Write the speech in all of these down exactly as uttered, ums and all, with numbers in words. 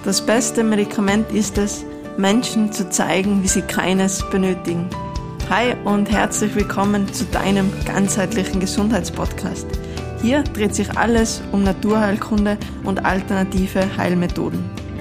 Das beste Medikament ist es, Menschen zu zeigen, wie sie keines benötigen. Hi und herzlich willkommen zu deinem ganzheitlichen Gesundheitspodcast. Hier dreht sich alles um Naturheilkunde und alternative Heilmethoden.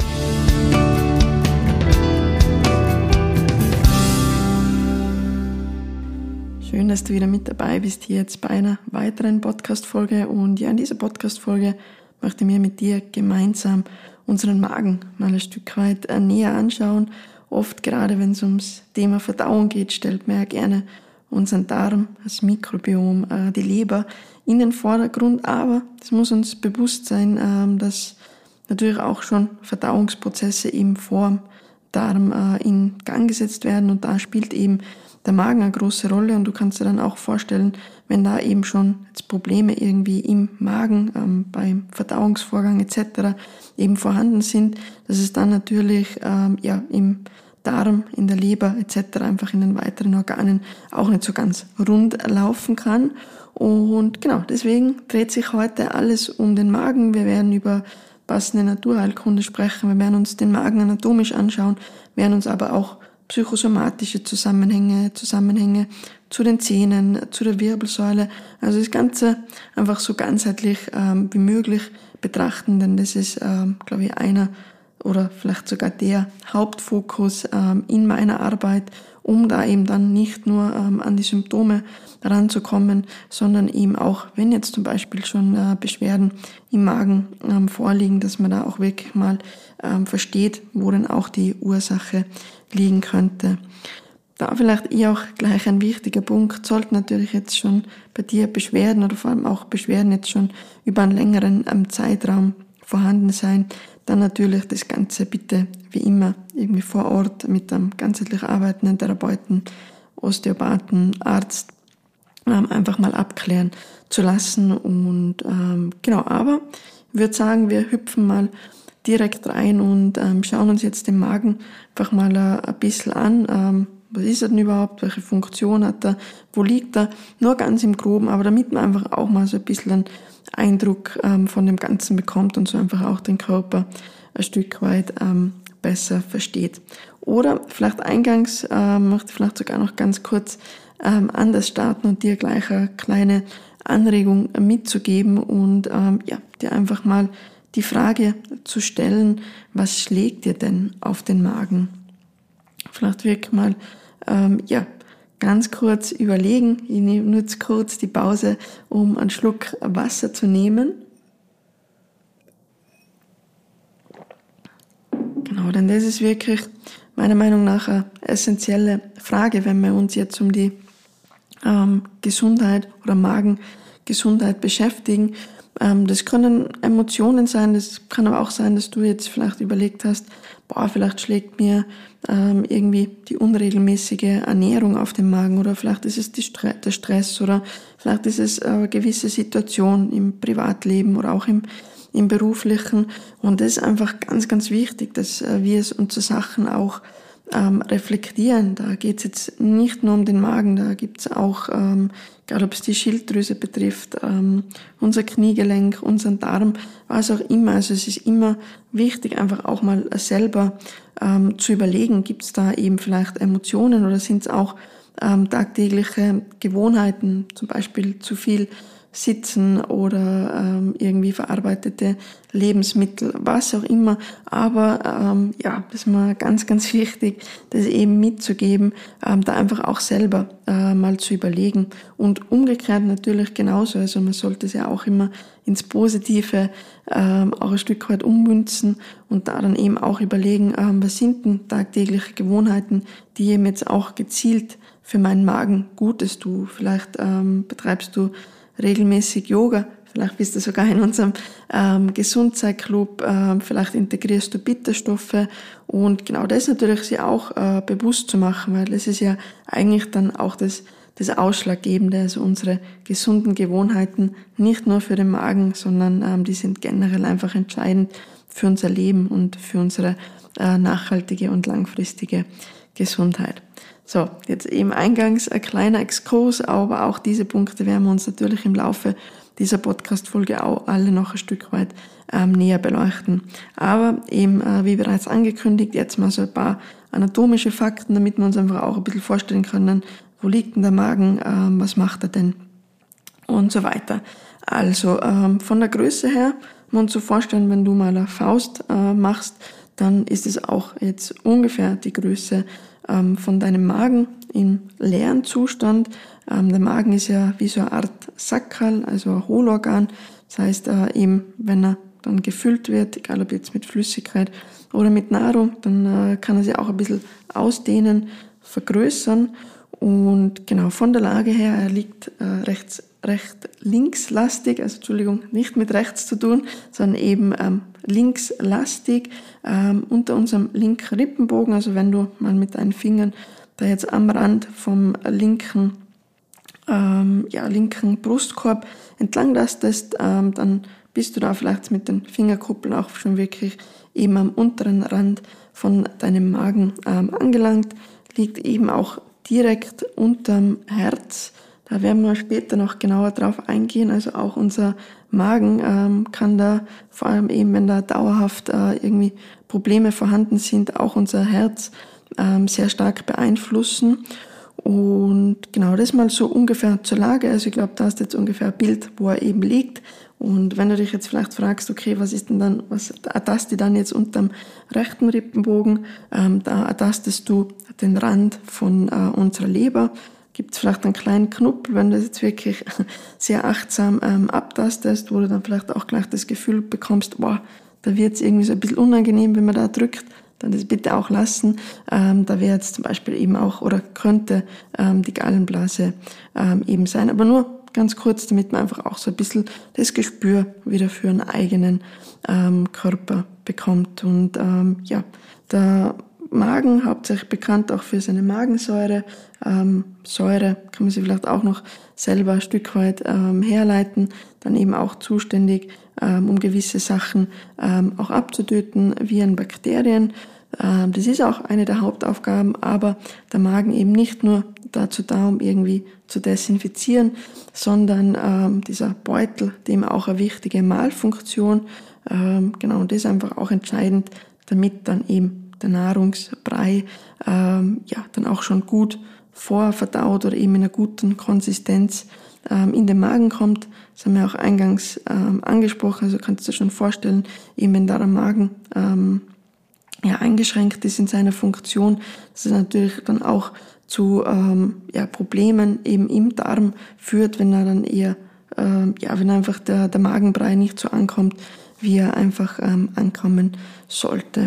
Schön, dass du wieder mit dabei bist hier jetzt bei einer weiteren Podcast-Folge. Und ja, in dieser Podcast-Folge möchte ich mir mit dir gemeinsam unseren Magen mal ein Stück weit näher anschauen. Oft, gerade wenn es ums Thema Verdauung geht, stellt man ja gerne unseren Darm, das Mikrobiom, die Leber in den Vordergrund. Aber es muss uns bewusst sein, dass natürlich auch schon Verdauungsprozesse eben vor dem Darm in Gang gesetzt werden. Und da spielt eben der Magen eine große Rolle. Und du kannst dir dann auch vorstellen, wenn da eben schon jetzt Probleme irgendwie im Magen, ähm, beim Verdauungsvorgang et cetera eben vorhanden sind, dass es dann natürlich ähm, ja im Darm, in der Leber et cetera einfach in den weiteren Organen auch nicht so ganz rund laufen kann. Und genau, deswegen dreht sich heute alles um den Magen. Wir werden über passende Naturheilkunde sprechen, wir werden uns den Magen anatomisch anschauen, werden uns aber auch psychosomatische Zusammenhänge, Zusammenhänge zu den Zähnen, zu der Wirbelsäule, also das Ganze einfach so ganzheitlich ähm, wie möglich betrachten, denn das ist, ähm, glaube ich, einer oder vielleicht sogar der Hauptfokus ähm, in meiner Arbeit, um da eben dann nicht nur ähm, an die Symptome ranzukommen, sondern eben auch, wenn jetzt zum Beispiel schon äh, Beschwerden im Magen ähm, vorliegen, dass man da auch wirklich mal ähm, versteht, wo denn auch die Ursache liegen könnte. Da vielleicht eh auch gleich ein wichtiger Punkt, sollten natürlich jetzt schon bei dir Beschwerden oder vor allem auch Beschwerden jetzt schon über einen längeren ähm, Zeitraum vorhanden sein, dann natürlich das Ganze bitte wie immer irgendwie vor Ort mit einem ganzheitlich arbeitenden Therapeuten, Osteopathen, Arzt ähm, einfach mal abklären zu lassen. Und ähm, genau, aber ich würde sagen, wir hüpfen mal direkt rein und ähm, schauen uns jetzt den Magen einfach mal äh, ein bisschen an. Ähm, was ist er denn überhaupt? Welche Funktion hat er? Wo liegt er? Nur ganz im Groben, aber damit man einfach auch mal so ein bisschen einen Eindruck ähm, von dem Ganzen bekommt und so einfach auch den Körper ein Stück weit ähm, besser versteht. Oder vielleicht eingangs ähm, möchte ich vielleicht sogar noch ganz kurz ähm, anders starten und dir gleich eine kleine Anregung mitzugeben und ähm, ja, dir einfach mal die Frage zu stellen, was schlägt dir denn auf den Magen? Vielleicht wirklich mal ähm, ja, ganz kurz überlegen. Ich nutze kurz die Pause, um einen Schluck Wasser zu nehmen. Genau, denn das ist wirklich meiner Meinung nach eine essentielle Frage, wenn wir uns jetzt um die ähm, Gesundheit oder Magengesundheit beschäftigen. Das können Emotionen sein, das kann aber auch sein, dass du jetzt vielleicht überlegt hast, boah, vielleicht schlägt mir ähm, irgendwie die unregelmäßige Ernährung auf den Magen oder vielleicht ist es die Stre- der Stress oder vielleicht ist es eine gewisse Situation im Privatleben oder auch im, im Beruflichen. Und das ist einfach ganz, ganz wichtig, dass äh, wir es unsere Sachen auch ähm, reflektieren. Da geht es jetzt nicht nur um den Magen, da gibt es auch, ähm, egal ob es die Schilddrüse betrifft, ähm, unser Kniegelenk, unseren Darm, was auch immer. Also es ist immer wichtig, einfach auch mal selber ähm, zu überlegen, gibt es da eben vielleicht Emotionen oder sind es auch ähm, tagtägliche Gewohnheiten, zum Beispiel zu viel Sitzen oder ähm, irgendwie verarbeitete Lebensmittel, was auch immer. Aber ähm, ja, das ist mir ganz, ganz wichtig, das eben mitzugeben, ähm, da einfach auch selber äh, mal zu überlegen. Und umgekehrt natürlich genauso. Also man sollte es ja auch immer ins Positive ähm, auch ein Stück weit ummünzen und da dann eben auch überlegen, ähm, was sind denn tagtägliche Gewohnheiten, die eben jetzt auch gezielt für meinen Magen Gutes tun. Vielleicht ähm, betreibst du regelmäßig Yoga, vielleicht bist du sogar in unserem ähm, Gesundheitsclub, ähm, vielleicht integrierst du Bitterstoffe und genau das natürlich sich auch äh, bewusst zu machen, weil das ist ja eigentlich dann auch das, das Ausschlaggebende, also unsere gesunden Gewohnheiten, nicht nur für den Magen, sondern ähm, die sind generell einfach entscheidend für unser Leben und für unsere äh, nachhaltige und langfristige Gesundheit. So, jetzt eben eingangs ein kleiner Exkurs, aber auch diese Punkte werden wir uns natürlich im Laufe dieser Podcast-Folge auch alle noch ein Stück weit ähm, näher beleuchten. Aber eben, äh, wie bereits angekündigt, jetzt mal so ein paar anatomische Fakten, damit wir uns einfach auch ein bisschen vorstellen können, wo liegt denn der Magen, ähm, was macht er denn und so weiter. Also ähm, von der Größe her, muss man sich so vorstellen, wenn du mal eine Faust äh, machst, dann ist es auch jetzt ungefähr die Größe ähm, von deinem Magen im leeren Zustand. Ähm, der Magen ist ja wie so eine Art Sackerl, also ein Hohlorgan. Das heißt, äh, eben, wenn er dann gefüllt wird, egal ob jetzt mit Flüssigkeit oder mit Nahrung, dann äh, kann er sich auch ein bisschen ausdehnen, vergrößern. Und genau von der Lage her, er liegt äh, rechts, recht linkslastig, also Entschuldigung, nicht mit rechts zu tun, sondern eben ähm, linkslastig ähm, unter unserem linken Rippenbogen. Also wenn du mal mit deinen Fingern da jetzt am Rand vom linken, ähm, ja, linken Brustkorb entlang tastest, ähm, dann bist du da vielleicht mit den Fingerkuppeln auch schon wirklich eben am unteren Rand von deinem Magen ähm, angelangt, liegt eben auch direkt unterm Herz. Da werden wir später noch genauer drauf eingehen. Also auch unser Magen ähm, kann da, vor allem eben, wenn da dauerhaft äh, irgendwie Probleme vorhanden sind, auch unser Herz ähm, sehr stark beeinflussen. Und genau das mal so ungefähr zur Lage. Also ich glaube, da hast du jetzt ungefähr ein Bild, wo er eben liegt. Und wenn du dich jetzt vielleicht fragst, okay, was ist denn dann, was ertastet dann jetzt unterm rechten Rippenbogen? Ähm, da ertastest du den Rand von äh, unserer Leber. Gibt es vielleicht einen kleinen Knuppel, wenn du das jetzt wirklich sehr achtsam ähm, abtastest, wo du dann vielleicht auch gleich das Gefühl bekommst, boah, da wird es irgendwie so ein bisschen unangenehm, wenn man da drückt, dann das bitte auch lassen. Ähm, da wäre jetzt zum Beispiel eben auch, oder könnte ähm, die Gallenblase ähm, eben sein, aber nur ganz kurz, damit man einfach auch so ein bisschen das Gespür wieder für einen eigenen ähm, Körper bekommt. Und ähm, ja, der Magen, hauptsächlich bekannt auch für seine Magensäure. Ähm, Säure kann man sich vielleicht auch noch selber ein Stück weit ähm, herleiten, dann eben auch zuständig, ähm, um gewisse Sachen ähm, auch abzutöten, Viren, Bakterien. Ähm, das ist auch eine der Hauptaufgaben, aber der Magen eben nicht nur dazu da, um irgendwie zu desinfizieren, sondern ähm, dieser Beutel, dem auch eine wichtige Mahlfunktion. Ähm, genau, und das ist einfach auch entscheidend, damit dann eben der Nahrungsbrei ähm, ja dann auch schon gut vorverdaut oder eben in einer guten Konsistenz ähm, in den Magen kommt. Das haben wir auch eingangs ähm, angesprochen, also kannst du dir schon vorstellen, eben wenn da der Magen ähm, ja, eingeschränkt ist in seiner Funktion, dass es natürlich dann auch zu ähm, ja, Problemen eben im Darm führt, wenn er dann eher, ähm, ja, wenn einfach der, der Magenbrei nicht so ankommt, wie er einfach ähm, ankommen sollte.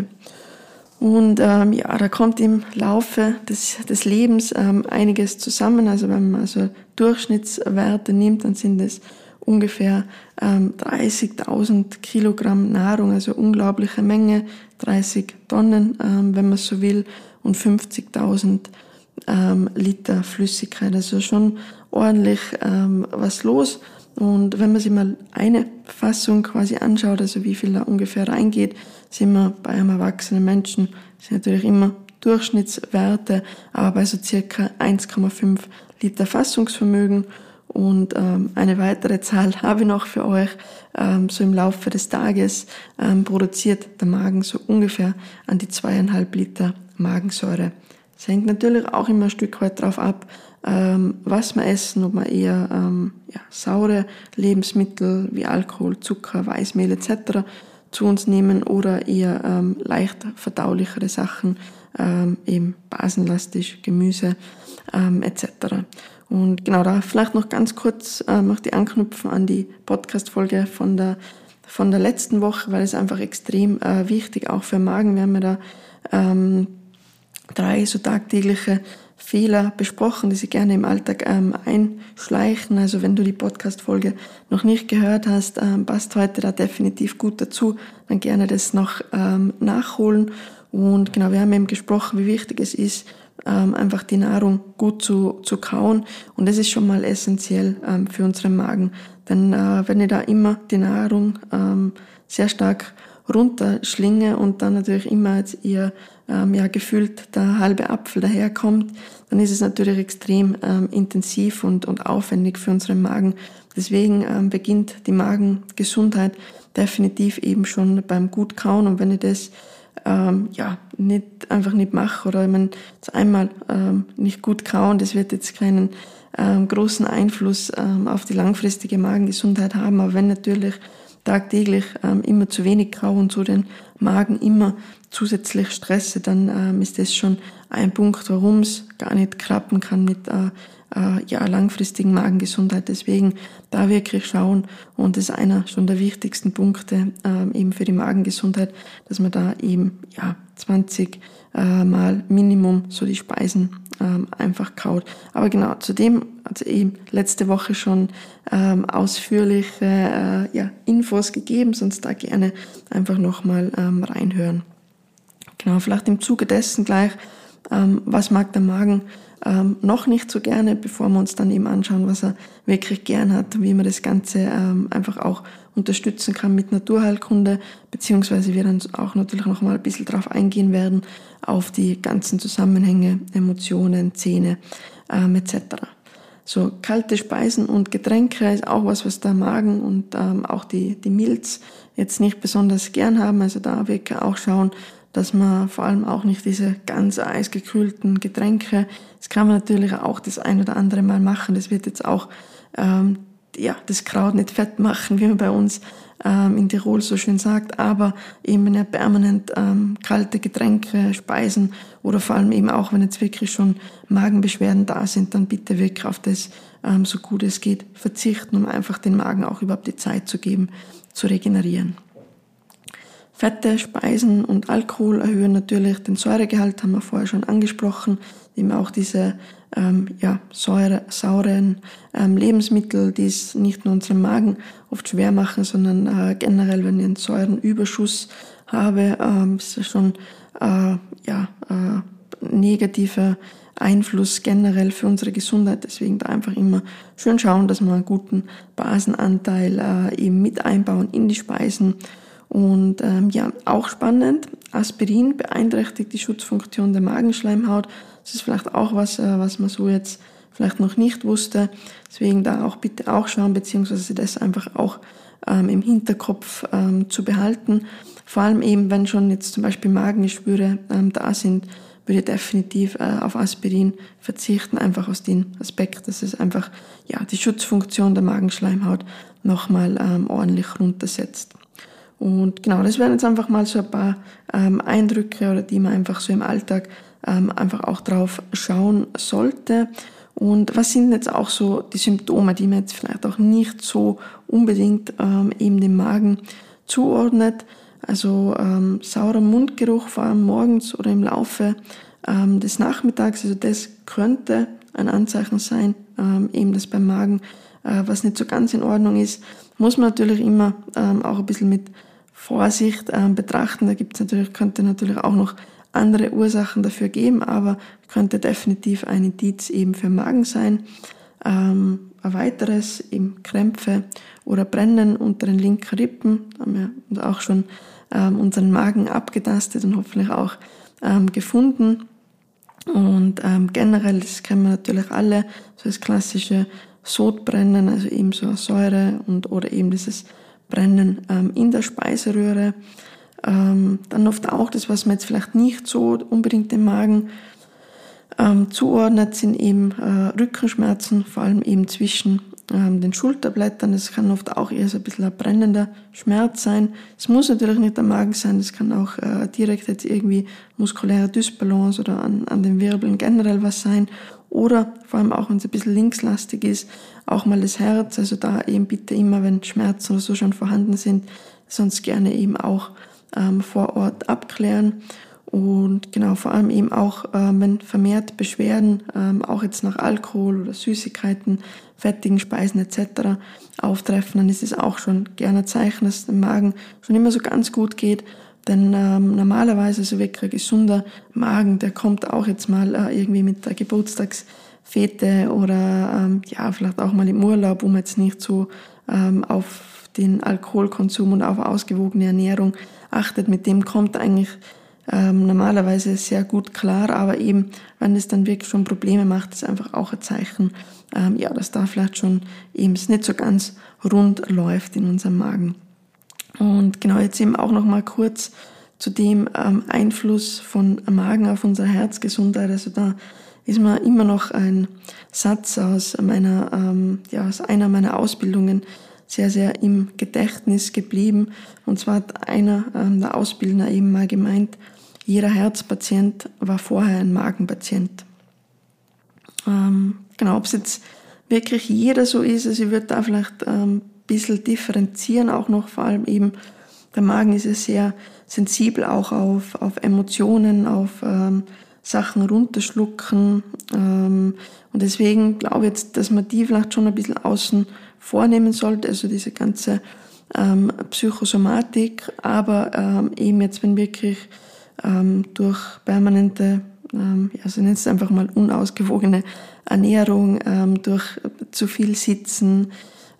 Und ähm, ja, da kommt im Laufe des, des Lebens ähm, einiges zusammen. Also wenn man also Durchschnittswerte nimmt, dann sind es ungefähr ähm, dreißigtausend Kilogramm Nahrung, also unglaubliche Menge, dreißig Tonnen, ähm, wenn man so will, und fünfzigtausend ähm, Liter Flüssigkeit. Also schon ordentlich ähm, was los. Und wenn man sich mal eine Fassung quasi anschaut, also wie viel da ungefähr reingeht, sind wir bei einem erwachsenen Menschen, das sind natürlich immer Durchschnittswerte, aber bei so circa eins Komma fünf Liter Fassungsvermögen. Und ähm, eine weitere Zahl habe ich noch für euch. Ähm, so im Laufe des Tages ähm, produziert der Magen so ungefähr an die zweieinhalb Liter Magensäure. Das hängt natürlich auch immer ein Stück weit drauf ab, ähm, was wir essen, ob wir eher ähm, ja, saure Lebensmittel wie Alkohol, Zucker, Weißmehl et cetera zu uns nehmen oder eher ähm, leicht verdaulichere Sachen, ähm, eben basenlastig, Gemüse ähm, et cetera. Und genau, da vielleicht noch ganz kurz äh, möchte ich anknüpfen an die Podcast-Folge von der, von der letzten Woche, weil es einfach extrem äh, wichtig auch für den Magen. Wir haben ja da ähm, drei so tagtägliche Fehler besprochen, die Sie gerne im Alltag ähm, einschleichen. Also wenn du die Podcast-Folge noch nicht gehört hast, ähm, passt heute da definitiv gut dazu, dann gerne das noch ähm, nachholen. Und genau, wir haben eben gesprochen, wie wichtig es ist, ähm, einfach die Nahrung gut zu, zu kauen. Und das ist schon mal essentiell ähm, für unseren Magen. Denn äh, wenn ich da immer die Nahrung ähm, sehr stark runterschlinge und dann natürlich immer jetzt eher ähm, ja, gefühlt der halbe Apfel daherkommt, dann ist es natürlich extrem ähm, intensiv und, und aufwendig für unseren Magen. Deswegen ähm, beginnt die Magengesundheit definitiv eben schon beim Gutkauen. Und wenn ich das ähm, ja nicht einfach nicht mache oder wenn jetzt einmal ähm, nicht gut kauen, das wird jetzt keinen ähm, großen Einfluss ähm, auf die langfristige Magengesundheit haben. Aber wenn natürlich tagtäglich ähm, immer zu wenig kaue und so den Magen immer zusätzlich stresse, dann ähm, ist das schon ein Punkt, warum es gar nicht klappen kann mit äh, äh, ja, langfristigen Magengesundheit. Deswegen da wirklich schauen, und das ist einer schon der wichtigsten Punkte ähm, eben für die Magengesundheit, dass man da eben ja zwanzig äh, Mal Minimum so die Speisen ähm, einfach kaut. Aber genau, zudem hat es eben letzte Woche schon ähm, ausführliche äh, ja, Infos gegeben, sonst da gerne einfach nochmal ähm, reinhören. Genau, vielleicht im Zuge dessen gleich, ähm, was mag der Magen ähm, noch nicht so gerne, bevor wir uns dann eben anschauen, was er wirklich gern hat, wie man das Ganze ähm, einfach auch unterstützen kann mit Naturheilkunde, beziehungsweise wir dann auch natürlich noch mal ein bisschen drauf eingehen werden, auf die ganzen Zusammenhänge, Emotionen, Zähne ähm, et cetera. So, kalte Speisen und Getränke ist auch was, was der Magen und ähm, auch die, die Milz jetzt nicht besonders gern haben. Also da wirklich auch schauen, dass man vor allem auch nicht diese ganz eisgekühlten Getränke, das kann man natürlich auch das ein oder andere Mal machen. Das wird jetzt auch ähm, ja, das Kraut nicht fett machen, wie man bei uns ähm, in Tirol so schön sagt, aber eben wenn ihr permanent ähm, kalte Getränke, Speisen oder vor allem eben auch, wenn jetzt wirklich schon Magenbeschwerden da sind, dann bitte wirklich auf das, ähm, so gut es geht, verzichten, um einfach den Magen auch überhaupt die Zeit zu geben, zu regenerieren. Fette, Speisen und Alkohol erhöhen natürlich den Säuregehalt, haben wir vorher schon angesprochen, eben auch diese ähm, ja, Säure, sauren ähm, Lebensmittel, die es nicht nur unseren Magen oft schwer machen, sondern äh, generell, wenn ich einen Säurenüberschuss habe, ähm, ist das schon äh, ja, äh, negativer Einfluss generell für unsere Gesundheit. Deswegen da einfach immer schön schauen, dass wir einen guten Basenanteil äh, eben mit einbauen in die Speisen. Und ähm, ja, auch spannend, Aspirin beeinträchtigt die Schutzfunktion der Magenschleimhaut. Das ist vielleicht auch was, äh, was man so jetzt vielleicht noch nicht wusste. Deswegen da auch bitte auch schauen, beziehungsweise das einfach auch ähm, im Hinterkopf ähm, zu behalten. Vor allem eben, wenn schon jetzt zum Beispiel Magengeschwüre ähm, da sind, würde ich definitiv äh, auf Aspirin verzichten, einfach aus dem Aspekt, dass es einfach ja die Schutzfunktion der Magenschleimhaut nochmal ähm, ordentlich runtersetzt. Und genau, das wären jetzt einfach mal so ein paar ähm, Eindrücke, oder die man einfach so im Alltag ähm, einfach auch drauf schauen sollte. Und was sind jetzt auch so die Symptome, die man jetzt vielleicht auch nicht so unbedingt ähm, eben dem Magen zuordnet? Also ähm, saurer Mundgeruch, vor allem morgens oder im Laufe ähm, des Nachmittags. Also das könnte ein Anzeichen sein, ähm, eben dass beim Magen äh, was nicht so ganz in Ordnung ist. Muss man natürlich immer ähm, auch ein bisschen mit Vorsicht ähm, betrachten. Da gibt's natürlich, könnte natürlich auch noch andere Ursachen dafür geben, aber könnte definitiv ein Indiz eben für Magen sein. Ähm, ein weiteres eben Krämpfe oder Brennen unter den linken Rippen. Da haben wir auch schon ähm, unseren Magen abgetastet und hoffentlich auch ähm, gefunden. Und ähm, generell, das kennen wir natürlich alle, so das klassische Sodbrennen, also eben so Säure und oder eben dieses Brennen ähm, in der Speiseröhre. Ähm, dann oft auch das, was man jetzt vielleicht nicht so unbedingt dem Magen ähm, zuordnet, sind eben äh, Rückenschmerzen, vor allem eben zwischen ähm, den Schulterblättern. Das kann oft auch eher so ein bisschen ein brennender Schmerz sein. Es muss natürlich nicht der Magen sein, das kann auch äh, direkt jetzt irgendwie muskuläre Dysbalance oder an, an den Wirbeln generell was sein. Oder vor allem auch, wenn es ein bisschen linkslastig ist, auch mal das Herz. Also da eben bitte immer, wenn Schmerzen oder so schon vorhanden sind, sonst gerne eben auch ähm, vor Ort abklären. Und genau, vor allem eben auch, ähm, wenn vermehrt Beschwerden, ähm, auch jetzt nach Alkohol oder Süßigkeiten, fettigen Speisen et cetera auftreffen, dann ist es auch schon gerne ein Zeichen, dass es dem Magen schon immer so ganz gut geht. Denn ähm, normalerweise so wirklich ein gesunder Magen, der kommt auch jetzt mal äh, irgendwie mit der Geburtstagsfete oder ähm, ja vielleicht auch mal im Urlaub, wo man jetzt nicht so ähm, auf den Alkoholkonsum und auf ausgewogene Ernährung achtet, mit dem kommt eigentlich ähm, normalerweise sehr gut klar, aber eben, wenn es dann wirklich schon Probleme macht, ist einfach auch ein Zeichen, ähm, ja, dass da vielleicht schon eben es nicht so ganz rund läuft in unserem Magen. Und genau, jetzt eben auch noch mal kurz zu dem ähm, Einfluss von Magen auf unsere Herzgesundheit. Also da ist mir immer noch ein Satz aus meiner, ähm, ja, aus einer meiner Ausbildungen sehr, sehr im Gedächtnis geblieben. Und zwar hat einer ähm, der Ausbildner eben mal gemeint, jeder Herzpatient war vorher ein Magenpatient. Ähm, genau, ob es jetzt wirklich jeder so ist, also ich würde da vielleicht ähm, ein bisschen differenzieren auch noch, vor allem eben der Magen ist ja sehr sensibel auch auf, auf Emotionen, auf ähm, Sachen runterschlucken ähm, und deswegen glaube ich jetzt, dass man die vielleicht schon ein bisschen außen vornehmen sollte, also diese ganze ähm, Psychosomatik, aber ähm, eben jetzt, wenn wirklich ähm, durch permanente, ähm, also nennen es einfach mal unausgewogene Ernährung, ähm, durch zu viel Sitzen,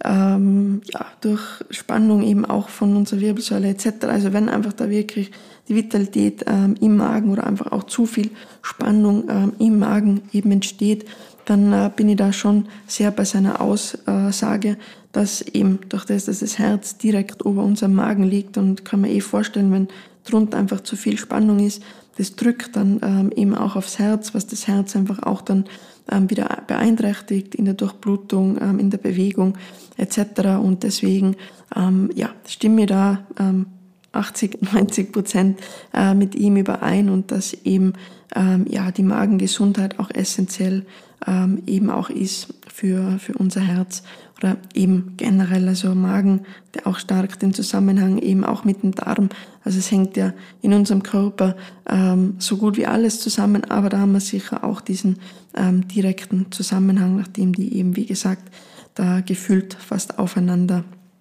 ähm, ja, durch Spannung eben auch von unserer Wirbelsäule et cetera. Also wenn einfach da wirklich die Vitalität ähm, im Magen oder einfach auch zu viel Spannung ähm, im Magen eben entsteht, dann äh, bin ich da schon sehr bei seiner Aussage, dass eben durch das, dass das Herz direkt über unserem Magen liegt und kann man eh vorstellen, wenn drunter einfach zu viel Spannung ist, das drückt dann ähm, eben auch aufs Herz, was das Herz einfach auch dann ähm, wieder beeinträchtigt in der Durchblutung, ähm, in der Bewegung et cetera. Und deswegen ähm, ja, stimme ich da ähm, achtzig, neunzig Prozent äh, mit ihm überein und dass eben ähm, ja, die Magengesundheit auch essentiell ähm, eben auch ist für, für unser Herz oder eben generell, also Magen, der auch stark den Zusammenhang eben auch mit dem Darm, also es hängt ja in unserem Körper ähm, so gut wie alles zusammen, aber da haben wir sicher auch diesen ähm, direkten Zusammenhang, nachdem die eben, wie gesagt, da gefühlt fast aufeinander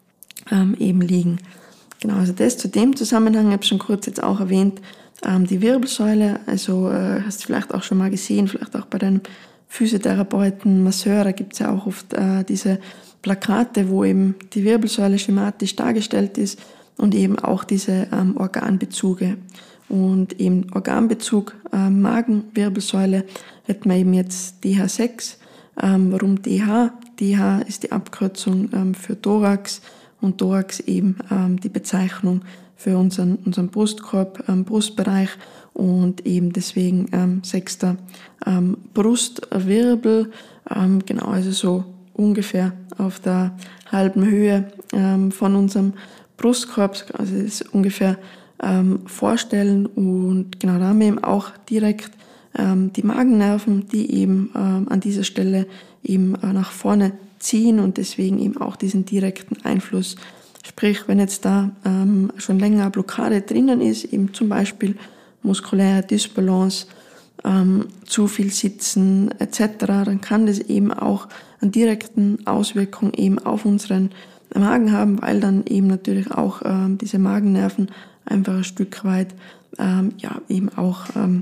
ähm, eben liegen. Genau, also das zu dem Zusammenhang, ich habe schon kurz jetzt auch erwähnt, ähm, die Wirbelsäule, also äh, hast du vielleicht auch schon mal gesehen, vielleicht auch bei deinem Physiotherapeuten, Masseur, da gibt es ja auch oft äh, diese Plakate, wo eben die Wirbelsäule schematisch dargestellt ist und eben auch diese ähm, Organbezüge. Und eben Organbezug äh, Magenwirbelsäule hätten wir eben jetzt D H sechs. Ähm, warum D H? D H ist die Abkürzung ähm, für Thorax und Thorax eben ähm, die Bezeichnung für unseren, unseren Brustkorb, ähm, Brustbereich und eben deswegen ähm, sechster ähm, Brustwirbel, ähm, genau, also so ungefähr auf der halben Höhe ähm, von unserem Brustkorb, also das ist ungefähr ähm, vorstellen und genau da haben wir eben auch direkt ähm, die Magennerven, die eben ähm, an dieser Stelle eben äh, nach vorne ziehen und deswegen eben auch diesen direkten Einfluss. Sprich, wenn jetzt da ähm, schon länger eine Blockade drinnen ist, eben zum Beispiel muskuläre Dysbalance, ähm, zu viel Sitzen et cetera, dann kann das eben auch einen direkten Auswirkung eben auf unseren Magen haben, weil dann eben natürlich auch ähm, diese Magennerven einfach ein Stück weit ähm, ja eben auch ähm,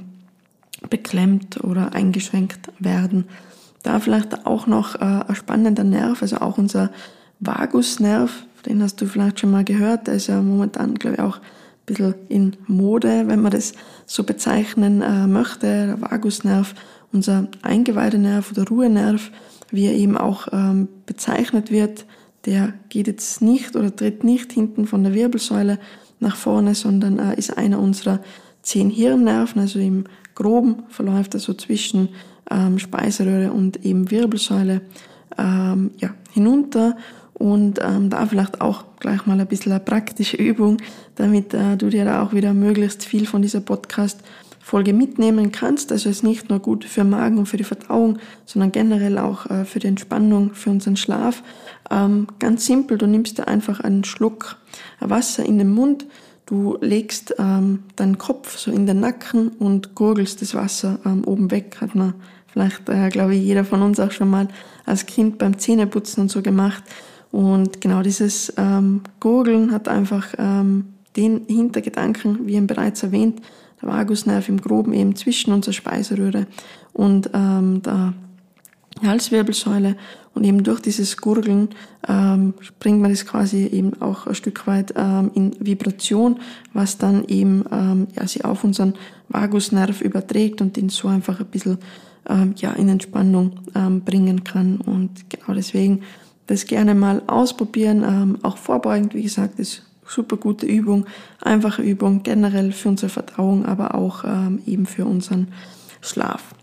beklemmt oder eingeschränkt werden. Da vielleicht auch noch äh, ein spannender Nerv, also auch unser Vagusnerv, den hast du vielleicht schon mal gehört, der ist ja momentan, glaube ich, auch ein bisschen in Mode, wenn man das so bezeichnen äh, möchte. Der Vagusnerv, unser Eingeweidenerv oder Ruhenerv, wie er eben auch ähm, bezeichnet wird, der geht jetzt nicht oder tritt nicht hinten von der Wirbelsäule nach vorne, sondern äh, ist einer unserer zehn Hirnnerven, also im Groben verläuft er so zwischen ähm, Speiseröhre und eben Wirbelsäule ähm, ja, hinunter. Und ähm, da vielleicht auch gleich mal ein bisschen eine praktische Übung, damit äh, du dir da auch wieder möglichst viel von dieser Podcast-Folge mitnehmen kannst. Also es ist nicht nur gut für den Magen und für die Verdauung, sondern generell auch äh, für die Entspannung, für unseren Schlaf. Ähm, ganz simpel, du nimmst dir einfach einen Schluck Wasser in den Mund, du legst ähm, deinen Kopf so in den Nacken und gurgelst das Wasser ähm, oben weg. Hat man vielleicht, äh, glaube ich, jeder von uns auch schon mal als Kind beim Zähneputzen und so gemacht. Und genau dieses ähm, Gurgeln hat einfach ähm, den Hintergedanken, wie eben bereits erwähnt, der Vagusnerv im Groben eben zwischen unserer Speiseröhre und ähm, der Halswirbelsäule und eben durch dieses Gurgeln ähm, bringt man das quasi eben auch ein Stück weit ähm, in Vibration, was dann eben ähm, ja, sie auf unseren Vagusnerv überträgt und den so einfach ein bisschen ähm, ja, in Entspannung ähm, bringen kann. Und genau deswegen das gerne mal ausprobieren, ähm, auch vorbeugend, wie gesagt, ist super gute Übung, einfache Übung generell für unsere Verdauung, aber auch ähm, eben für unseren Schlaf.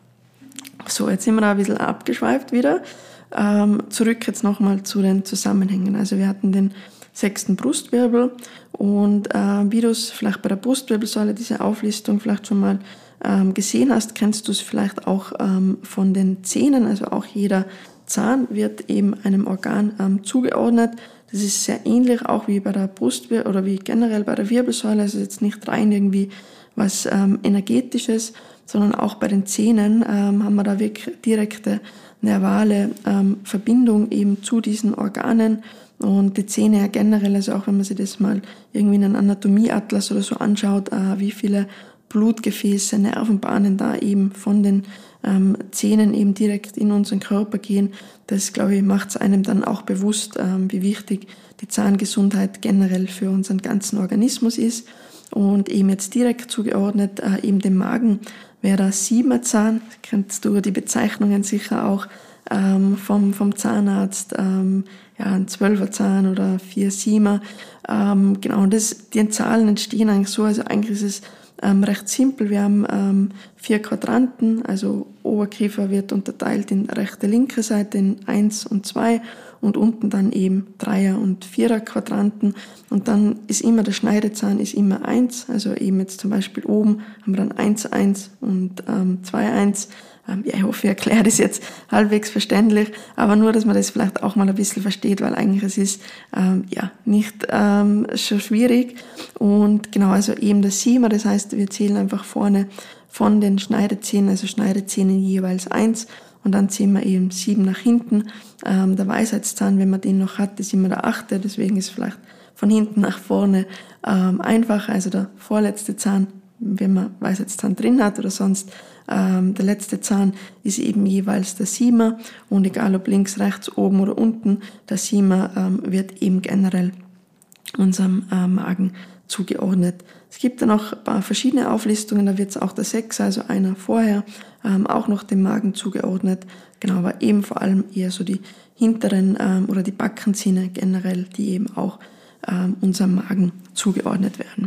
So, jetzt sind wir da ein bisschen abgeschweift wieder. Ähm, zurück jetzt nochmal zu den Zusammenhängen. Also wir hatten den sechsten Brustwirbel und äh, wie du es vielleicht bei der Brustwirbelsäule, diese Auflistung vielleicht schon mal ähm, gesehen hast, kennst du es vielleicht auch ähm, von den Zähnen. Also auch jeder Zahn wird eben einem Organ ähm, zugeordnet. Das ist sehr ähnlich auch wie bei der Brustwirbel oder wie generell bei der Wirbelsäule. Also jetzt nicht rein irgendwie was ähm, Energetisches, sondern auch bei den Zähnen ähm, haben wir da wirklich direkte nervale ähm, Verbindung eben zu diesen Organen. Und die Zähne ja generell, also auch wenn man sich das mal irgendwie in einem Anatomieatlas oder so anschaut, äh, wie viele Blutgefäße, Nervenbahnen da eben von den ähm, Zähnen eben direkt in unseren Körper gehen, das, glaube ich, macht es einem dann auch bewusst, ähm, wie wichtig die Zahngesundheit generell für unseren ganzen Organismus ist. Und eben jetzt direkt zugeordnet äh, eben dem Magen wäre der Siebener-Zahn. Kennst du die Bezeichnungen sicher auch ähm, vom, vom Zahnarzt, ähm, ja, ein Zwölferzahn oder vier Siemer. Ähm, genau, das, die Zahlen entstehen eigentlich so, also eigentlich ist es ähm, recht simpel. Wir haben ähm, vier Quadranten, also Oberkiefer wird unterteilt in rechte, linke Seite in eins und zwei und unten dann eben Dreier- und Vierer-Quadranten. Und dann ist immer der Schneidezahn ist immer eins, also eben jetzt zum Beispiel oben haben wir dann eins eins und ähm, zwei eins. Ähm, ja, ich hoffe, ich erkläre das jetzt halbwegs verständlich, aber nur, dass man das vielleicht auch mal ein bisschen versteht, weil eigentlich es ist ähm, ja nicht ähm, schon schwierig. Und genau, also eben der Siemer, das heißt, wir zählen einfach vorne von den Schneidezähnen, also Schneidezähne jeweils eins. Und dann ziehen wir eben sieben nach hinten. Ähm, der Weisheitszahn, wenn man den noch hat, ist immer der achte. Deswegen ist vielleicht von hinten nach vorne ähm, einfacher. Also der vorletzte Zahn, wenn man Weisheitszahn drin hat oder sonst ähm, der letzte Zahn, ist eben jeweils der Siemer. Und egal ob links, rechts, oben oder unten, der Siemer ähm, wird eben generell unserem äh, Magen zugeordnet. Es gibt dann noch ein paar verschiedene Auflistungen, da wird es auch der Sechser, also einer vorher, ähm, auch noch dem Magen zugeordnet. Genau, aber eben vor allem eher so die hinteren ähm, oder die Backenzähne generell, die eben auch ähm, unserem Magen zugeordnet werden.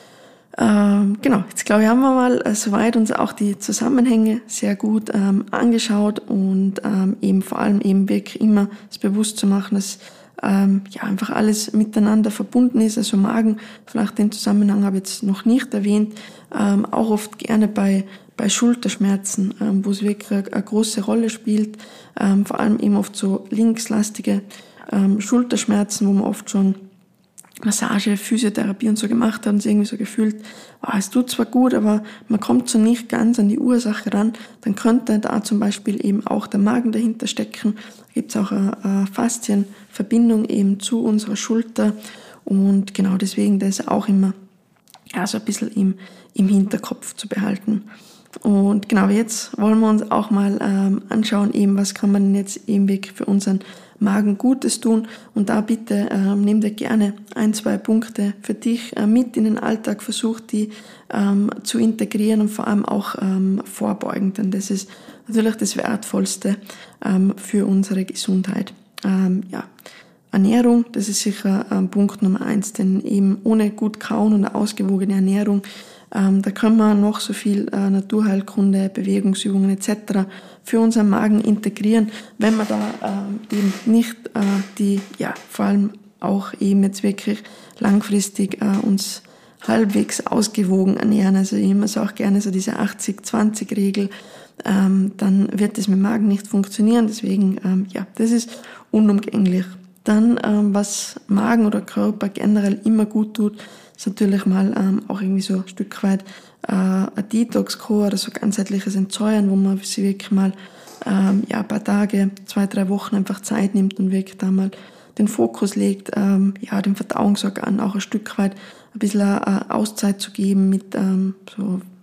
Ähm, genau, jetzt glaube ich, haben wir mal äh, soweit uns auch die Zusammenhänge sehr gut ähm, angeschaut und ähm, eben vor allem eben wirklich immer das bewusst zu machen, dass ähm, ja einfach alles miteinander verbunden ist. Also Magen, vielleicht den Zusammenhang habe ich jetzt noch nicht erwähnt, ähm, auch oft gerne bei bei Schulterschmerzen, ähm, wo es wirklich eine, eine große Rolle spielt, ähm, vor allem eben oft so linkslastige ähm, Schulterschmerzen, wo man oft schon Massage, Physiotherapie und so gemacht hat und sich irgendwie so gefühlt, oh, es tut zwar gut, aber man kommt so nicht ganz an die Ursache ran, dann könnte da zum Beispiel eben auch der Magen dahinter stecken. Da gibt es auch eine, eine Faszienverbindung eben zu unserer Schulter und genau deswegen das ist auch immer ja, so ein bisschen im, im Hinterkopf zu behalten. Und genau jetzt wollen wir uns auch mal ähm, anschauen, eben was kann man jetzt eben wirklich für unseren Magen Gutes tun. Und da bitte ähm, nimm dir gerne ein, zwei Punkte für dich äh, mit in den Alltag, versuch die ähm, zu integrieren und vor allem auch ähm, vorbeugend, denn das ist natürlich das Wertvollste ähm, für unsere Gesundheit. Ähm, ja. Ernährung, das ist sicher ähm, Punkt Nummer eins, denn eben ohne gut kauen und eine ausgewogene Ernährung, ähm, da können wir noch so viel äh, Naturheilkunde, Bewegungsübungen et cetera für unseren Magen integrieren, wenn wir da ähm, eben nicht äh, die, ja, vor allem auch eben jetzt wirklich langfristig äh, uns halbwegs ausgewogen ernähren, also immer so auch gerne so diese achtzig zwanzig Regel, ähm, dann wird das mit dem Magen nicht funktionieren, deswegen, ähm, ja, das ist unumgänglich. Dann, ähm, was Magen oder Körper generell immer gut tut, ist natürlich mal ähm, auch irgendwie so ein Stück weit äh, ein Detox-Kur oder so ganzheitliches Entsäuern, wo man sich wirklich mal ähm, ja, ein paar Tage, zwei, drei Wochen einfach Zeit nimmt und wirklich da mal den Fokus legt, ähm, ja, dem Verdauungsorgan auch ein Stück weit ein bisschen eine Auszeit zu geben mit ähm, so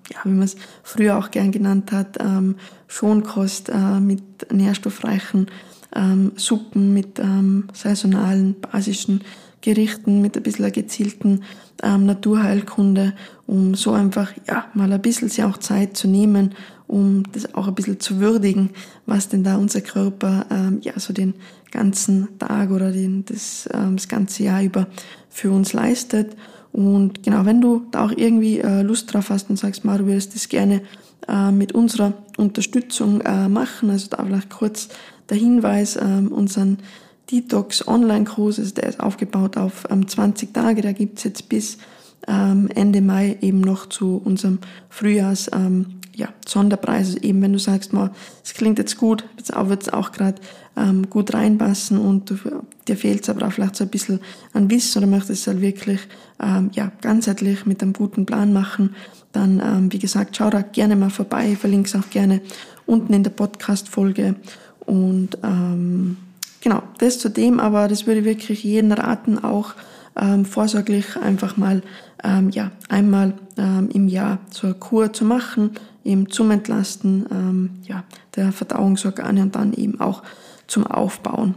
ja, wie man es früher auch gern genannt hat, ähm, Schonkost äh, mit nährstoffreichen ähm, Suppen, mit ähm, saisonalen, basischen Gerichten, mit ein bisschen gezielten ähm, Naturheilkunde, um so einfach ja mal ein bisschen sich auch Zeit zu nehmen, um das auch ein bisschen zu würdigen, was denn da unser Körper ähm, ja so den ganzen Tag oder den, das, ähm, das ganze Jahr über für uns leistet. Und genau, wenn du da auch irgendwie äh, Lust drauf hast und sagst, Mar, du würdest das gerne äh, mit unserer Unterstützung äh, machen, also da vielleicht kurz der Hinweis, äh, unseren Detox Online-Kurs, also der ist aufgebaut auf ähm, zwanzig Tage, da gibt's jetzt bis ähm, Ende Mai eben noch zu unserem Frühjahrs ähm, ja, Sonderpreis. Also eben wenn du sagst, es klingt jetzt gut, jetzt wird es auch gerade ähm, gut reinpassen und du, dir fehlt es aber auch vielleicht so ein bisschen an Wissen oder möchtest es halt wirklich ähm, ja, ganzheitlich mit einem guten Plan machen, dann ähm, wie gesagt, schau da gerne mal vorbei, ich verlinke es auch gerne unten in der Podcast-Folge und ähm, genau, das zu dem, aber das würde wirklich jeden raten, auch ähm, vorsorglich einfach mal ähm, ja, einmal ähm, im Jahr so eine Kur zu machen, eben zum Entlasten ähm, ja, der Verdauungsorgane und dann eben auch zum Aufbauen.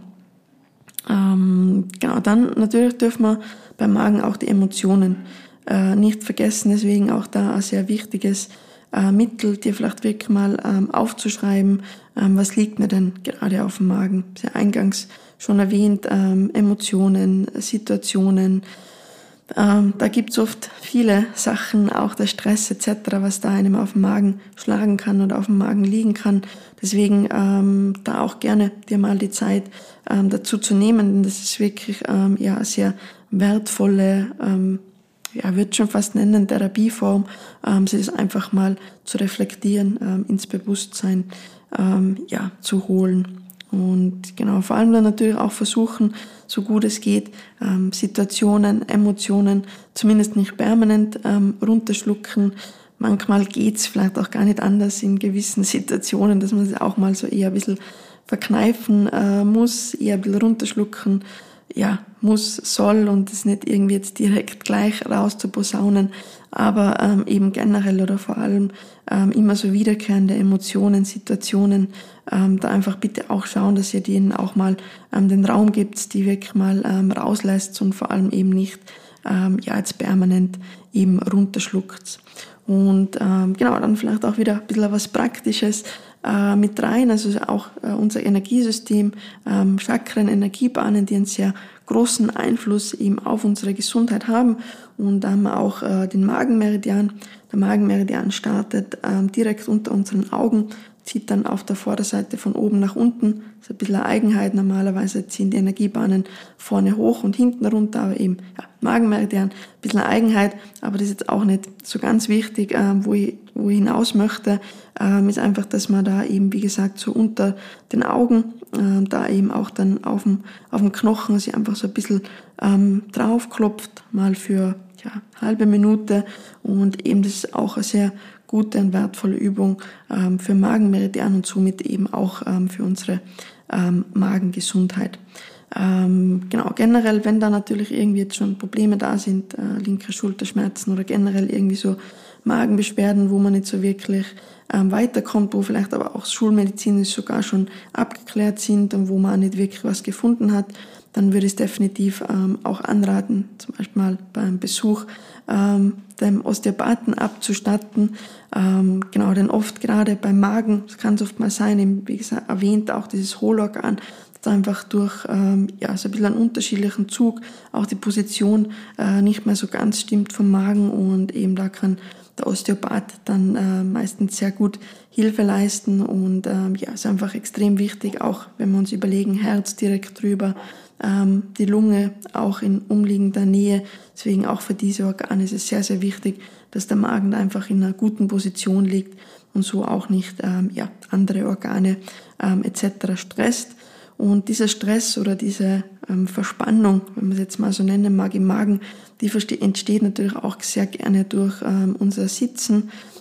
Ähm, genau, dann natürlich dürfen wir beim Magen auch die Emotionen äh, nicht vergessen, deswegen auch da ein sehr wichtiges äh, Mittel, dir vielleicht wirklich mal ähm, aufzuschreiben, ähm, was liegt mir denn gerade auf dem Magen. Ich habe ja eingangs schon erwähnt, ähm, Emotionen, Situationen, ähm, da gibt's oft viele Sachen, auch der Stress et cetera, was da einem auf dem Magen schlagen kann oder auf dem Magen liegen kann. Deswegen ähm, da auch gerne dir mal die Zeit ähm, dazu zu nehmen, denn das ist wirklich ähm, ja eine sehr wertvolle, ähm, ja, würde schon fast nennen, Therapieform, ähm, sie ist einfach mal zu reflektieren, ähm, ins Bewusstsein ähm, ja, zu holen. Und genau, vor allem dann natürlich auch versuchen, so gut es geht, ähm, Situationen, Emotionen zumindest nicht permanent ähm, runterschlucken. Manchmal geht's vielleicht auch gar nicht anders in gewissen Situationen, dass man es auch mal so eher ein bisschen verkneifen äh, muss, eher ein bisschen runterschlucken, ja, muss, soll und es nicht irgendwie jetzt direkt gleich raus zu posaunen, aber ähm, eben generell oder vor allem ähm, immer so wiederkehrende Emotionen, Situationen, ähm, da einfach bitte auch schauen, dass ihr denen auch mal ähm, den Raum gibt, die wirklich mal ähm, rauslässt und vor allem eben nicht ähm, ja jetzt permanent eben runterschluckt. Und ähm, genau, dann vielleicht auch wieder ein bisschen was Praktisches äh, mit rein, also auch äh, unser Energiesystem, ähm, Chakren, Energiebahnen, die einen sehr großen Einfluss eben auf unsere Gesundheit haben und ähm, auch äh, den Magenmeridian. Der Magenmeridian startet ähm, direkt unter unseren Augen, zieht dann auf der Vorderseite von oben nach unten. Das ist ein bisschen eine Eigenheit. Normalerweise ziehen die Energiebahnen vorne hoch und hinten runter, aber eben ja, Magenmeridian, ein bisschen eine Eigenheit, aber das ist jetzt auch nicht so ganz wichtig, äh, wo ich, wo ich hinaus möchte, äh, ist einfach, dass man da eben, wie gesagt, so unter den Augen, äh, da eben auch dann auf dem, auf dem Knochen sich einfach so ein bisschen ähm, draufklopft, mal für ja, halbe Minute und eben das ist auch eine sehr gute und wertvolle Übung ähm, für Magenmeridian und somit eben auch ähm, für unsere ähm, Magengesundheit. Ähm, genau, generell, wenn da natürlich irgendwie jetzt schon Probleme da sind, äh, linke Schulterschmerzen oder generell irgendwie so Magenbeschwerden, wo man nicht so wirklich ähm, weiterkommt, wo vielleicht aber auch schulmedizinisch sogar schon abgeklärt sind und wo man auch nicht wirklich was gefunden hat, dann würde ich es definitiv ähm, auch anraten, zum Beispiel mal beim Besuch ähm, dem Osteopathen abzustatten. Ähm, genau, denn oft gerade beim Magen, das kann es oft mal sein, eben, wie gesagt, erwähnt auch dieses Hohlorgan, das einfach durch ähm, ja, so ein bisschen einen unterschiedlichen Zug, auch die Position äh, nicht mehr so ganz stimmt vom Magen und eben da kann der Osteopath dann äh, meistens sehr gut Hilfe leisten und ähm, ja, ist einfach extrem wichtig, auch wenn wir uns überlegen, Herz direkt drüber, ähm, die Lunge auch in umliegender Nähe, deswegen auch für diese Organe ist es sehr, sehr wichtig, dass der Magen da einfach in einer guten Position liegt und so auch nicht ähm, ja, andere Organe ähm, et cetera stresst. Und dieser Stress oder diese ähm, Verspannung, wenn man es jetzt mal so nennen mag, im Magen, die entsteht natürlich auch sehr gerne durch ähm, unser Sitzen,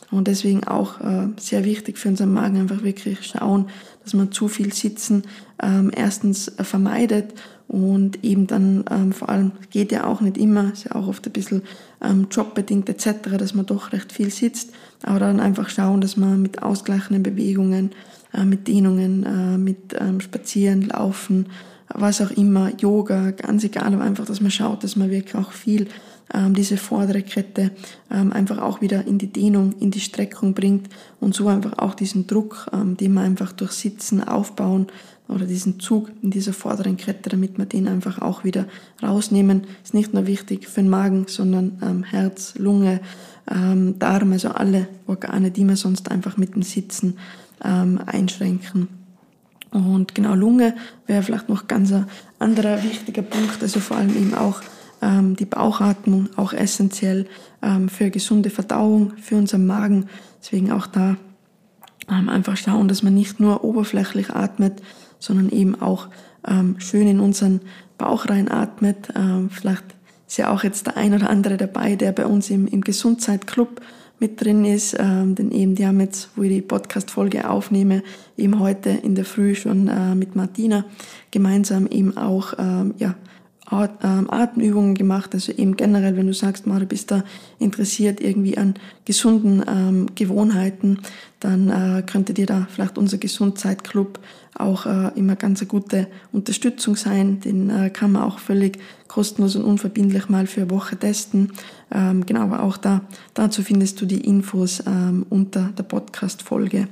Und deswegen auch äh, sehr wichtig für unseren Magen einfach wirklich schauen, dass man zu viel Sitzen ähm, erstens äh, vermeidet und eben dann ähm, vor allem, geht ja auch nicht immer, ist ja auch oft ein bisschen ähm, jobbedingt et cetera, dass man doch recht viel sitzt, aber dann einfach schauen, dass man mit ausgleichenden Bewegungen, äh, mit Dehnungen, äh, mit ähm, Spazieren, Laufen, was auch immer, Yoga, ganz egal, aber einfach, dass man schaut, dass man wirklich auch viel ähm, diese vordere Kette ähm, einfach auch wieder in die Dehnung, in die Streckung bringt und so einfach auch diesen Druck, ähm, den wir einfach durch Sitzen aufbauen oder diesen Zug in dieser vorderen Kette, damit wir den einfach auch wieder rausnehmen. Ist nicht nur wichtig für den Magen, sondern ähm, Herz, Lunge, ähm, Darm, also alle Organe, die wir sonst einfach mit dem Sitzen ähm, einschränken. Und genau, Lunge wäre vielleicht noch ganz ein anderer wichtiger Punkt, also vor allem eben auch ähm, die Bauchatmung, auch essentiell ähm, für gesunde Verdauung, für unseren Magen. Deswegen auch da ähm, einfach schauen, dass man nicht nur oberflächlich atmet, sondern eben auch ähm, schön in unseren Bauch reinatmet. Ähm, vielleicht ist ja auch jetzt der ein oder andere dabei, der bei uns im, im Gesundheit-Club mit drin ist, ähm, denn eben die haben jetzt, wo ich die Podcast-Folge aufnehme, eben heute in der Früh schon äh, mit Martina gemeinsam eben auch ähm, ja, At- ähm, Atemübungen gemacht, also eben generell, wenn du sagst, Mara, du bist da interessiert irgendwie an gesunden ähm, Gewohnheiten, dann äh, könnte dir da vielleicht unser Gesundheit-Club auch äh, immer ganz eine gute Unterstützung sein. Den äh, kann man auch völlig kostenlos und unverbindlich mal für eine Woche testen. Ähm, genau, aber auch da, dazu findest du die Infos ähm, unter der Podcast-Folge.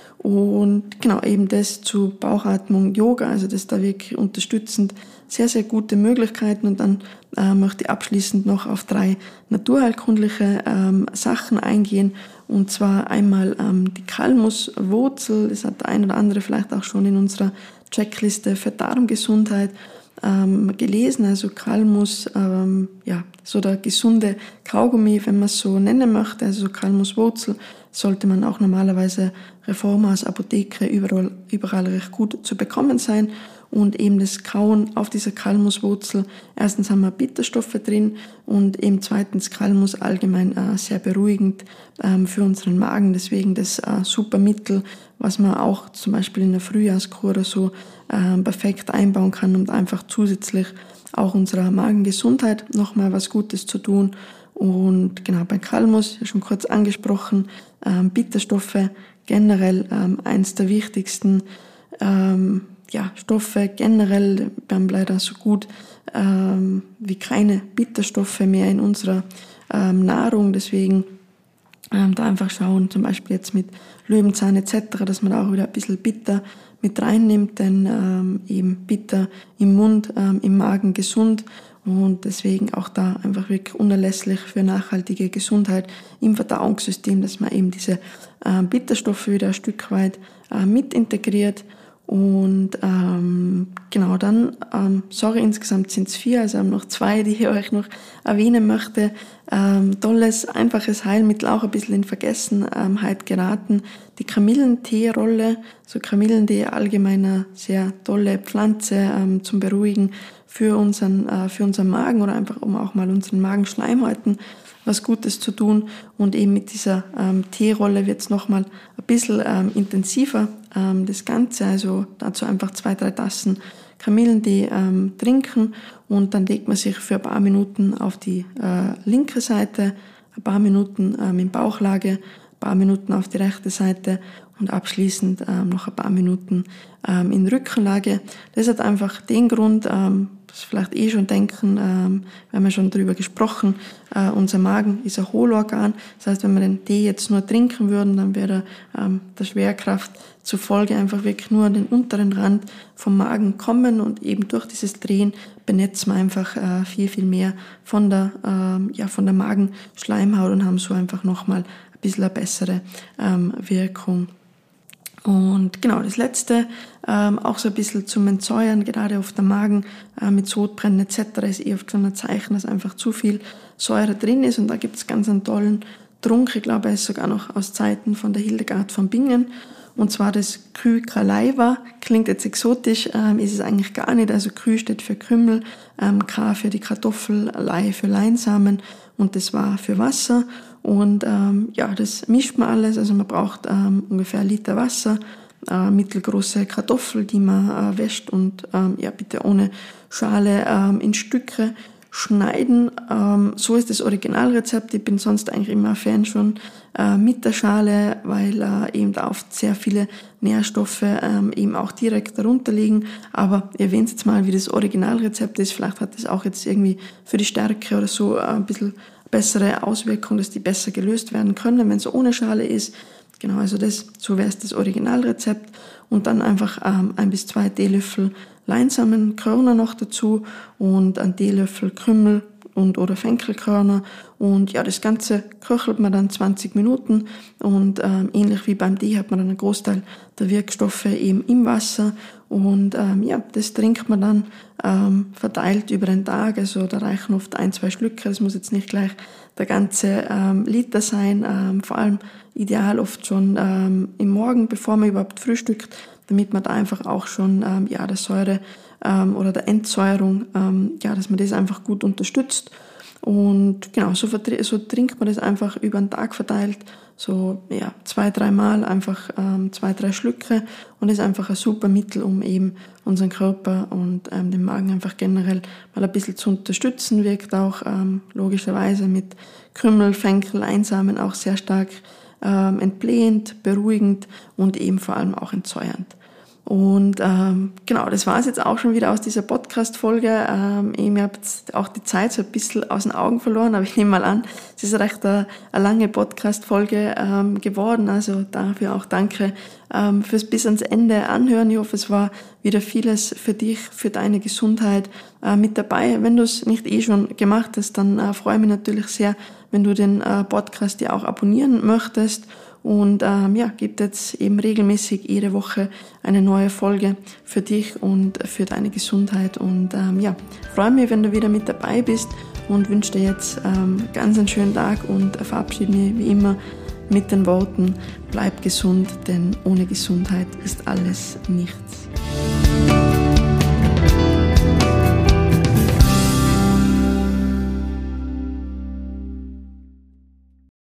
Und genau, eben das zu Bauchatmung, Yoga, also das da wirklich unterstützend, sehr, sehr gute Möglichkeiten. Und dann äh, möchte ich abschließend noch auf drei naturheilkundliche ähm, Sachen eingehen. Und zwar einmal ähm, die Kalmuswurzel, das hat der ein oder andere vielleicht auch schon in unserer Checkliste für Darmgesundheit ähm, gelesen. Also Kalmus, ähm, ja, so der gesunde Kaugummi, wenn man es so nennen möchte, also so Kalmuswurzel, sollte man auch normalerweise Reformhaus, Apotheke, überall, überall recht gut zu bekommen sein. Und eben das Kauen auf dieser Kalmuswurzel, erstens haben wir Bitterstoffe drin und eben zweitens Kalmus allgemein äh, sehr beruhigend ähm, für unseren Magen. Deswegen das äh, super Mittel, was man auch zum Beispiel in der Frühjahrskur oder so äh, perfekt einbauen kann, um einfach zusätzlich auch unserer Magengesundheit nochmal was Gutes zu tun. Und genau, bei Kalmus, schon kurz angesprochen, ähm, Bitterstoffe generell ähm, eins der wichtigsten ähm, ja, Stoffe generell. Wir haben leider so gut ähm, wie keine Bitterstoffe mehr in unserer ähm, Nahrung, deswegen ähm, da einfach schauen, zum Beispiel jetzt mit Löwenzahn et cetera, dass man da auch wieder ein bisschen bitter mit reinnimmt, denn ähm, eben bitter im Mund, ähm, im Magen gesund. Und deswegen auch da einfach wirklich unerlässlich für nachhaltige Gesundheit im Verdauungssystem, dass man eben diese äh, Bitterstoffe wieder ein Stück weit äh, mit integriert. Und ähm, genau dann, ähm, sorry, insgesamt sind es vier, also noch zwei, die ich euch noch erwähnen möchte. Ähm, tolles, einfaches Heilmittel, auch ein bisschen in Vergessenheit geraten. Die Kamillentee-Rolle, so Kamillentee allgemein eine sehr tolle Pflanze ähm, zum Beruhigen für unseren, äh, für unseren Magen oder einfach um auch mal unseren Magenschleimhäuten was Gutes zu tun. Und eben mit dieser ähm, Teerolle wird es nochmal ein bisschen ähm, intensiver, ähm, das Ganze. Also dazu einfach zwei, drei Tassen Kamillentee ähm, trinken und dann legt man sich für ein paar Minuten auf die äh, linke Seite, ein paar Minuten ähm, in Bauchlage, ein paar Minuten auf die rechte Seite und abschließend ähm, noch ein paar Minuten ähm, in Rückenlage. Das hat einfach den Grund, ähm, das vielleicht eh schon denken, ähm, wir haben ja schon darüber gesprochen, äh, unser Magen ist ein Hohlorgan. Das heißt, wenn wir den Tee jetzt nur trinken würden, dann wäre ähm, der Schwerkraft zufolge einfach wirklich nur an den unteren Rand vom Magen kommen und eben durch dieses Drehen benetzen wir einfach äh, viel, viel mehr von der, ähm, ja, von der Magenschleimhaut und haben so einfach nochmal ein bisschen eine bessere ähm, Wirkung. Und genau, das Letzte, ähm, auch so ein bisschen zum Entsäuern, gerade auf der Magen äh, mit Sodbrennen et cetera ist eh oft schon ein Zeichen, dass einfach zu viel Säure drin ist. Und da gibt es ganz einen tollen Trunk, ich glaube, er ist sogar noch aus Zeiten von der Hildegard von Bingen. Und zwar das Krü-Kalaiwa, klingt jetzt exotisch, ähm, ist es eigentlich gar nicht. Also Krü steht für Krümmel, ähm, K für die Kartoffel, Lai für Leinsamen und das war für Wasser. Und ähm, ja, das mischt man alles. Also man braucht ähm, ungefähr ein Liter Wasser, äh, mittelgroße Kartoffel, die man äh, wäscht und ähm, ja, bitte ohne Schale ähm, in Stücke schneiden. Ähm, so ist das Originalrezept. Ich bin sonst eigentlich immer ein Fan schon äh, mit der Schale, weil äh, eben da oft sehr viele Nährstoffe ähm, eben auch direkt darunter liegen. Aber ihr erwähnt jetzt mal, wie das Originalrezept ist. Vielleicht hat das auch jetzt irgendwie für die Stärke oder so äh, ein bisschen bessere Auswirkungen, dass die besser gelöst werden können, wenn es ohne Schale ist. Genau, also das, so wäre es das Originalrezept. Und dann einfach ähm, ein bis zwei Teelöffel Leinsamenkörner noch dazu und ein Teelöffel Krümmel und oder Fenkelkörner. Und ja, das Ganze köchelt man dann zwanzig Minuten und ähm, ähnlich wie beim Tee hat man dann einen Großteil der Wirkstoffe eben im Wasser. Und ähm, ja, das trinkt man dann ähm, verteilt über den Tag. Also da reichen oft ein, zwei Schlücke. Das muss jetzt nicht gleich der ganze ähm, Liter sein. Ähm, vor allem ideal oft schon ähm, im Morgen, bevor man überhaupt frühstückt, damit man da einfach auch schon ähm, ja, der Säure ähm, oder der Entsäuerung, ähm, ja, dass man das einfach gut unterstützt. Und genau, so, so trinkt man das einfach über den Tag verteilt, so ja, zwei, dreimal einfach ähm, zwei, drei Schlücke und ist einfach ein super Mittel, um eben unseren Körper und ähm, den Magen einfach generell mal ein bisschen zu unterstützen. Wirkt auch ähm, logischerweise mit Krümmel, Fenkel, Einsamen auch sehr stark ähm, entblähend, beruhigend und eben vor allem auch entsäuernd. Und ähm, genau, das war es jetzt auch schon wieder aus dieser Podcast-Folge. Ähm, ich habe jetzt auch die Zeit so ein bisschen aus den Augen verloren, aber ich nehme mal an, es ist recht eine, eine lange Podcast-Folge ähm, geworden. Also dafür auch danke ähm, fürs bis ans Ende anhören. Ich hoffe, es war wieder vieles für dich, für deine Gesundheit äh, mit dabei. Wenn du es nicht eh schon gemacht hast, dann äh, freue ich mich natürlich sehr, wenn du den äh, Podcast ja auch abonnieren möchtest. Und ähm, ja, gibt jetzt eben regelmäßig jede Woche eine neue Folge für dich und für deine Gesundheit. Und ähm, ja, freue mich, wenn du wieder mit dabei bist und wünsche dir jetzt ähm, ganz einen schönen Tag und verabschiede mich wie immer mit den Worten: Bleib gesund, denn ohne Gesundheit ist alles nichts.